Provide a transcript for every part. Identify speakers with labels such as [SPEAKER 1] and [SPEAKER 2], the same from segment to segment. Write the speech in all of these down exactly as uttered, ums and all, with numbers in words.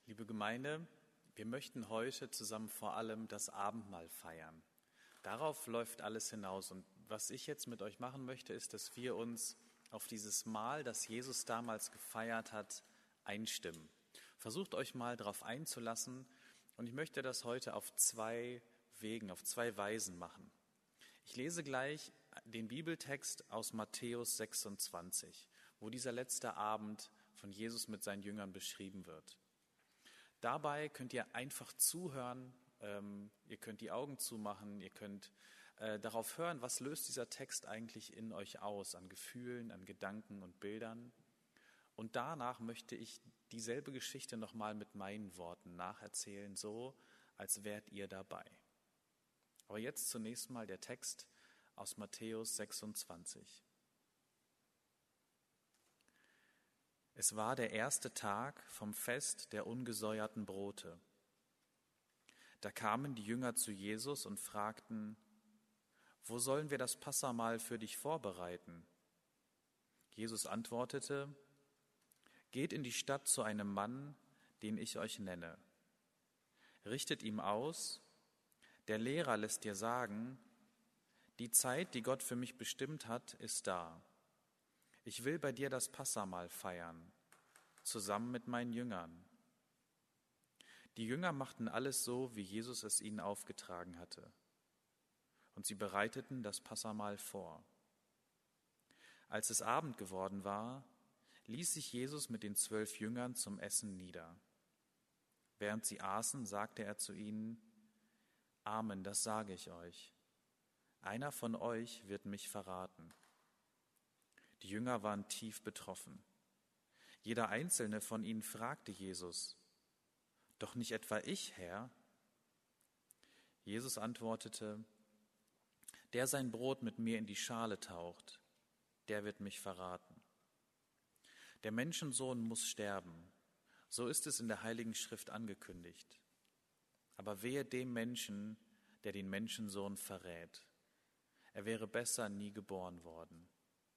[SPEAKER 1] Liebe Gemeinde, wir möchten heute zusammen vor allem das Abendmahl feiern. Darauf läuft alles hinaus. Und was ich jetzt mit euch machen möchte, ist, dass wir uns auf dieses Mahl, das Jesus damals gefeiert hat, einstimmen. Versucht euch mal darauf einzulassen. Und ich möchte das heute auf zwei Wegen, auf zwei Weisen machen. Ich lese gleich den Bibeltext aus Matthäus sechsundzwanzig, wo dieser letzte Abend von Jesus mit seinen Jüngern beschrieben wird. Dabei könnt ihr einfach zuhören, ähm, ihr könnt die Augen zumachen, ihr könnt äh, darauf hören, was löst dieser Text eigentlich in euch aus, an Gefühlen, an Gedanken und Bildern. Und danach möchte ich dieselbe Geschichte nochmal mit meinen Worten nacherzählen, so als wärt ihr dabei. Aber jetzt zunächst mal der Text aus Matthäus sechsundzwanzig. Es war der erste Tag vom Fest der ungesäuerten Brote. Da kamen die Jünger zu Jesus und fragten: Wo sollen wir das Passahmahl für dich vorbereiten? Jesus antwortete: Geht in die Stadt zu einem Mann, den ich euch nenne. Richtet ihm aus: Der Lehrer lässt dir sagen, die Zeit, die Gott für mich bestimmt hat, ist da. Ich will bei dir das Passahmahl feiern, zusammen mit meinen Jüngern. Die Jünger machten alles so, wie Jesus es ihnen aufgetragen hatte. Und sie bereiteten das Passahmahl vor. Als es Abend geworden war, ließ sich Jesus mit den zwölf Jüngern zum Essen nieder. Während sie aßen, sagte er zu ihnen: Amen, das sage ich euch. Einer von euch wird mich verraten. Die Jünger waren tief betroffen. Jeder einzelne von ihnen fragte Jesus: Doch nicht etwa ich, Herr? Jesus antwortete: Der sein Brot mit mir in die Schale taucht, der wird mich verraten. Der Menschensohn muss sterben, so ist es in der Heiligen Schrift angekündigt. Aber wehe dem Menschen, der den Menschensohn verrät. Er wäre besser nie geboren worden.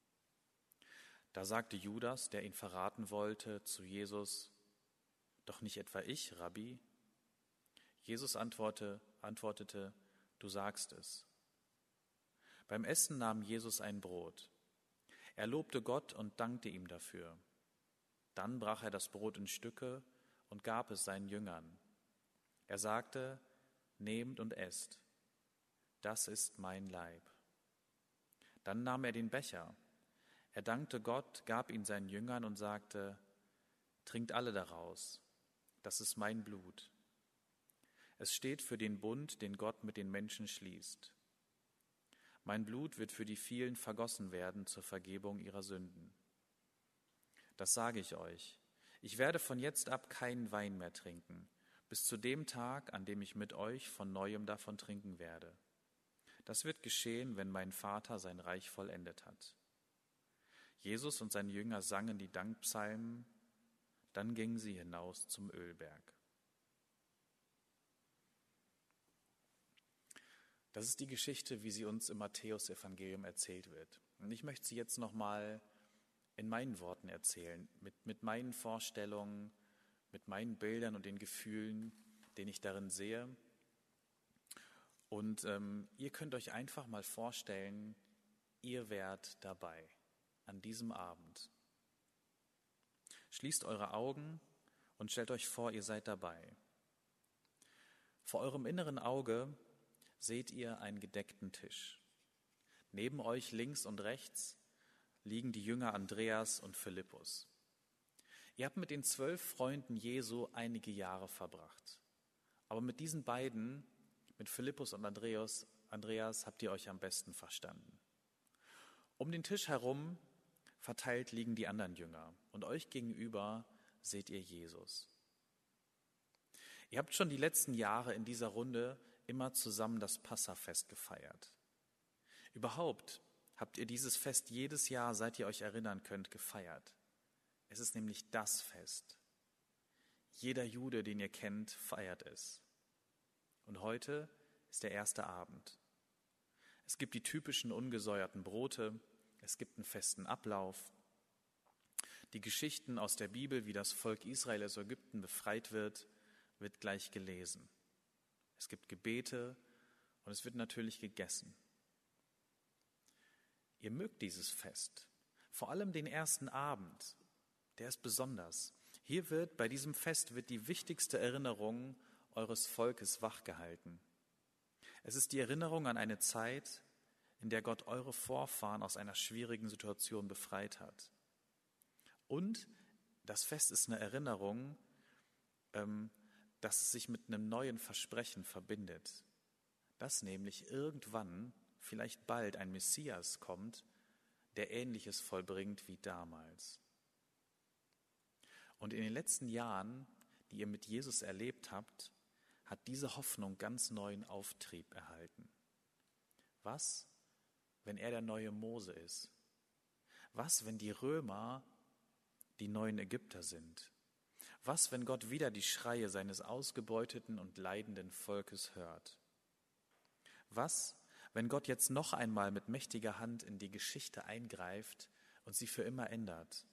[SPEAKER 1] Da sagte Judas, der ihn verraten wollte, zu Jesus: Doch nicht etwa ich, Rabbi? Jesus antwortete, antwortete: Du sagst es. Beim Essen nahm Jesus ein Brot. Er lobte Gott und dankte ihm dafür. Dann brach er das Brot in Stücke und gab es seinen Jüngern. Er sagte: Nehmt und esst. Das ist mein Leib. Dann nahm er den Becher. Er dankte Gott, gab ihn seinen Jüngern und sagte: Trinkt alle daraus, das ist mein Blut. Es steht für den Bund, den Gott mit den Menschen schließt. Mein Blut wird für die vielen vergossen werden zur Vergebung ihrer Sünden. Das sage ich euch: Ich werde von jetzt ab keinen Wein mehr trinken, bis zu dem Tag, an dem ich mit euch von Neuem davon trinken werde. Das wird geschehen, wenn mein Vater sein Reich vollendet hat. Jesus und seine Jünger sangen die Dankpsalmen, dann gingen sie hinaus zum Ölberg. Das ist die Geschichte, wie sie uns im Matthäus-Evangelium erzählt wird. Und ich möchte sie jetzt nochmal in meinen Worten erzählen, mit, mit meinen Vorstellungen, mit meinen Bildern und den Gefühlen, den ich darin sehe. Und ähm, ihr könnt euch einfach mal vorstellen, ihr wärt dabei an diesem Abend. Schließt eure Augen und stellt euch vor, ihr seid dabei. Vor eurem inneren Auge seht ihr einen gedeckten Tisch. Neben euch links und rechts liegen die Jünger Andreas und Philippus. Ihr habt mit den zwölf Freunden Jesu einige Jahre verbracht. Aber mit diesen beiden, mit Philippus und Andreas, Andreas, habt ihr euch am besten verstanden. Um den Tisch herum verteilt liegen die anderen Jünger und euch gegenüber seht ihr Jesus. Ihr habt schon die letzten Jahre in dieser Runde immer zusammen das Passafest gefeiert. Überhaupt habt ihr dieses Fest jedes Jahr, seit ihr euch erinnern könnt, gefeiert. Es ist nämlich das Fest. Jeder Jude, den ihr kennt, feiert es. Und heute ist der erste Abend. Es gibt die typischen ungesäuerten Brote, es gibt einen festen Ablauf. Die Geschichten aus der Bibel, wie das Volk Israel aus Ägypten befreit wird, wird gleich gelesen. Es gibt Gebete und es wird natürlich gegessen. Ihr mögt dieses Fest, vor allem den ersten Abend, der ist besonders. Hier wird, bei diesem Fest wird die wichtigste Erinnerung eures Volkes wachgehalten. Es ist die Erinnerung an eine Zeit, in der Gott eure Vorfahren aus einer schwierigen Situation befreit hat. Und das Fest ist eine Erinnerung, ähm, dass es sich mit einem neuen Versprechen verbindet. Dass nämlich irgendwann, vielleicht bald, ein Messias kommt, der Ähnliches vollbringt wie damals. Und in den letzten Jahren, die ihr mit Jesus erlebt habt, hat diese Hoffnung ganz neuen Auftrieb erhalten. Was, wenn er der neue Mose ist? Was, wenn die Römer die neuen Ägypter sind? Was, wenn Gott wieder die Schreie seines ausgebeuteten und leidenden Volkes hört? Was, wenn Gott jetzt noch einmal mit mächtiger Hand in die Geschichte eingreift und sie für immer ändert?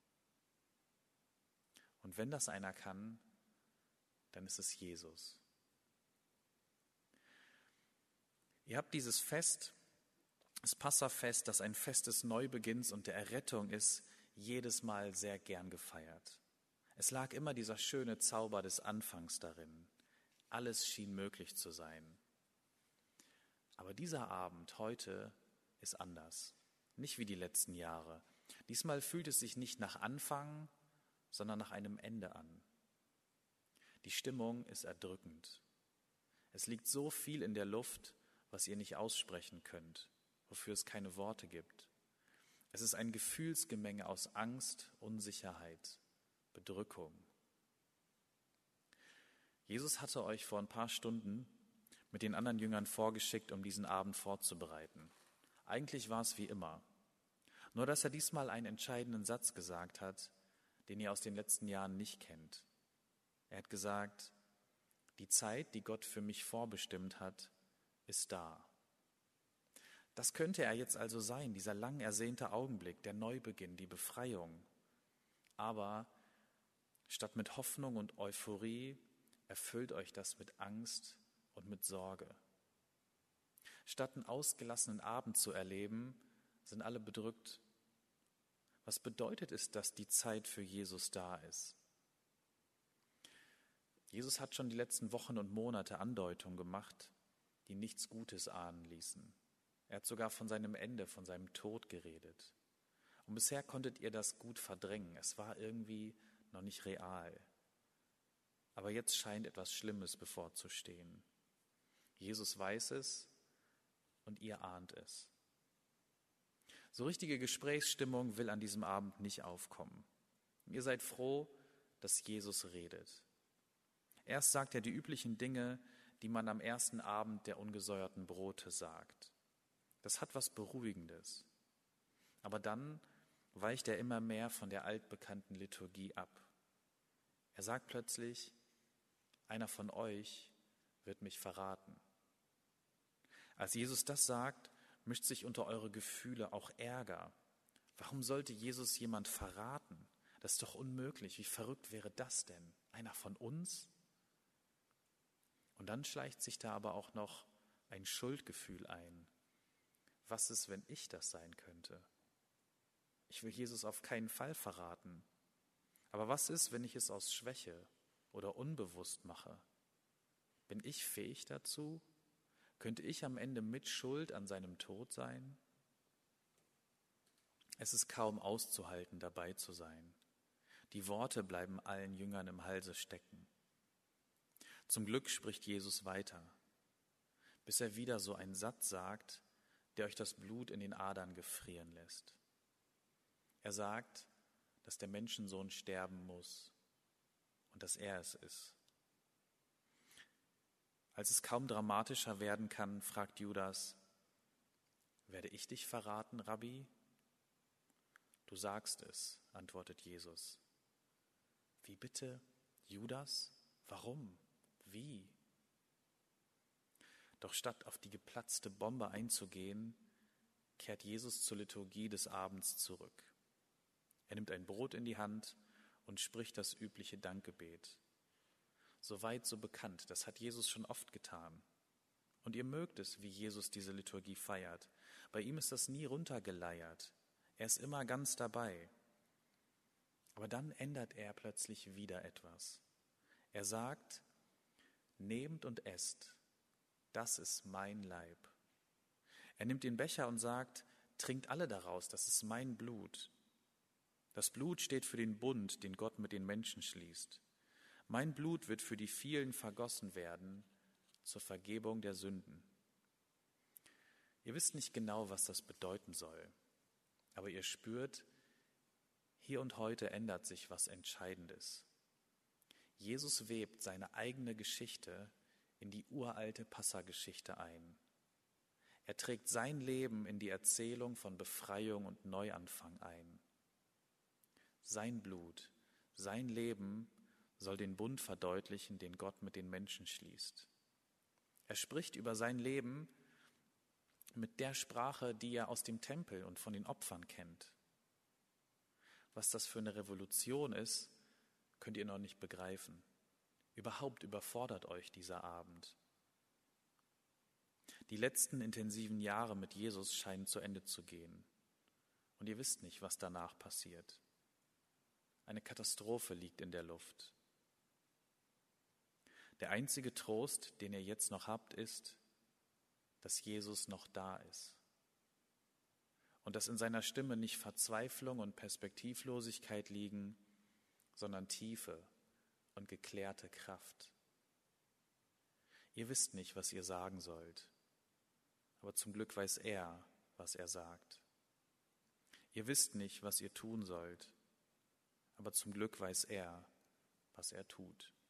[SPEAKER 1] Und wenn das einer kann, dann ist es Jesus. Ihr habt dieses Fest, das Passafest, das ein Fest des Neubeginns und der Errettung ist, jedes Mal sehr gern gefeiert. Es lag immer dieser schöne Zauber des Anfangs darin. Alles schien möglich zu sein. Aber dieser Abend heute ist anders. Nicht wie die letzten Jahre. Diesmal fühlt es sich nicht nach Anfang, sondern nach einem Ende an. Die Stimmung ist erdrückend. Es liegt so viel in der Luft, was ihr nicht aussprechen könnt, wofür es keine Worte gibt. Es ist ein Gefühlsgemenge aus Angst, Unsicherheit, Bedrückung. Jesus hatte euch vor ein paar Stunden mit den anderen Jüngern vorgeschickt, um diesen Abend vorzubereiten. Eigentlich war es wie immer. Nur dass er diesmal einen entscheidenden Satz gesagt hat, den ihr aus den letzten Jahren nicht kennt. Er hat gesagt, die Zeit, die Gott für mich vorbestimmt hat, ist da. Das könnte er jetzt also sein, dieser lang ersehnte Augenblick, der Neubeginn, die Befreiung. Aber statt mit Hoffnung und Euphorie erfüllt euch das mit Angst und mit Sorge. Statt einen ausgelassenen Abend zu erleben, sind alle bedrückt. Was bedeutet es, dass die Zeit für Jesus da ist? Jesus hat schon die letzten Wochen und Monate Andeutungen gemacht, die nichts Gutes ahnen ließen. Er hat sogar von seinem Ende, von seinem Tod geredet. Und bisher konntet ihr das gut verdrängen. Es war irgendwie noch nicht real. Aber jetzt scheint etwas Schlimmes bevorzustehen. Jesus weiß es und ihr ahnt es. So richtige Gesprächsstimmung will an diesem Abend nicht aufkommen. Ihr seid froh, dass Jesus redet. Erst sagt er die üblichen Dinge, die man am ersten Abend der ungesäuerten Brote sagt. Das hat was Beruhigendes. Aber dann weicht er immer mehr von der altbekannten Liturgie ab. Er sagt plötzlich, einer von euch wird mich verraten. Als Jesus das sagt, mischt sich unter eure Gefühle auch Ärger. Warum sollte Jesus jemand verraten? Das ist doch unmöglich. Wie verrückt wäre das denn? Einer von uns? Und dann schleicht sich da aber auch noch ein Schuldgefühl ein. Was ist, wenn ich das sein könnte? Ich will Jesus auf keinen Fall verraten. Aber was ist, wenn ich es aus Schwäche oder unbewusst mache? Bin ich fähig dazu? Könnte ich am Ende mit Schuld an seinem Tod sein? Es ist kaum auszuhalten, dabei zu sein. Die Worte bleiben allen Jüngern im Halse stecken. Zum Glück spricht Jesus weiter, bis er wieder so einen Satz sagt, der euch das Blut in den Adern gefrieren lässt. Er sagt, dass der Menschensohn sterben muss und dass er es ist. Als es kaum dramatischer werden kann, fragt Judas, werde ich dich verraten, Rabbi? Du sagst es, antwortet Jesus. Wie bitte, Judas? Warum? Wie? Doch statt auf die geplatzte Bombe einzugehen, kehrt Jesus zur Liturgie des Abends zurück. Er nimmt ein Brot in die Hand und spricht das übliche Dankgebet. So weit, so bekannt, das hat Jesus schon oft getan. Und ihr mögt es, wie Jesus diese Liturgie feiert. Bei ihm ist das nie runtergeleiert. Er ist immer ganz dabei. Aber dann ändert er plötzlich wieder etwas. Er sagt, nehmt und esst, das ist mein Leib. Er nimmt den Becher und sagt, trinkt alle daraus, das ist mein Blut. Das Blut steht für den Bund, den Gott mit den Menschen schließt. Mein Blut wird für die vielen vergossen werden zur Vergebung der Sünden. Ihr wisst nicht genau, was das bedeuten soll, aber ihr spürt, hier und heute ändert sich was Entscheidendes. Jesus webt seine eigene Geschichte in die uralte Passageschichte ein. Er trägt sein Leben in die Erzählung von Befreiung und Neuanfang ein. Sein Blut, sein Leben soll den Bund verdeutlichen, den Gott mit den Menschen schließt. Er spricht über sein Leben mit der Sprache, die er aus dem Tempel und von den Opfern kennt. Was das für eine Revolution ist, könnt ihr noch nicht begreifen. Überhaupt überfordert euch dieser Abend. Die letzten intensiven Jahre mit Jesus scheinen zu Ende zu gehen. Und ihr wisst nicht, was danach passiert. Eine Katastrophe liegt in der Luft. Der einzige Trost, den ihr jetzt noch habt, ist, dass Jesus noch da ist. Und dass in seiner Stimme nicht Verzweiflung und Perspektivlosigkeit liegen, sondern Tiefe und geklärte Kraft. Ihr wisst nicht, was ihr sagen sollt, aber zum Glück weiß er, was er sagt. Ihr wisst nicht, was ihr tun sollt, aber zum Glück weiß er, was er tut.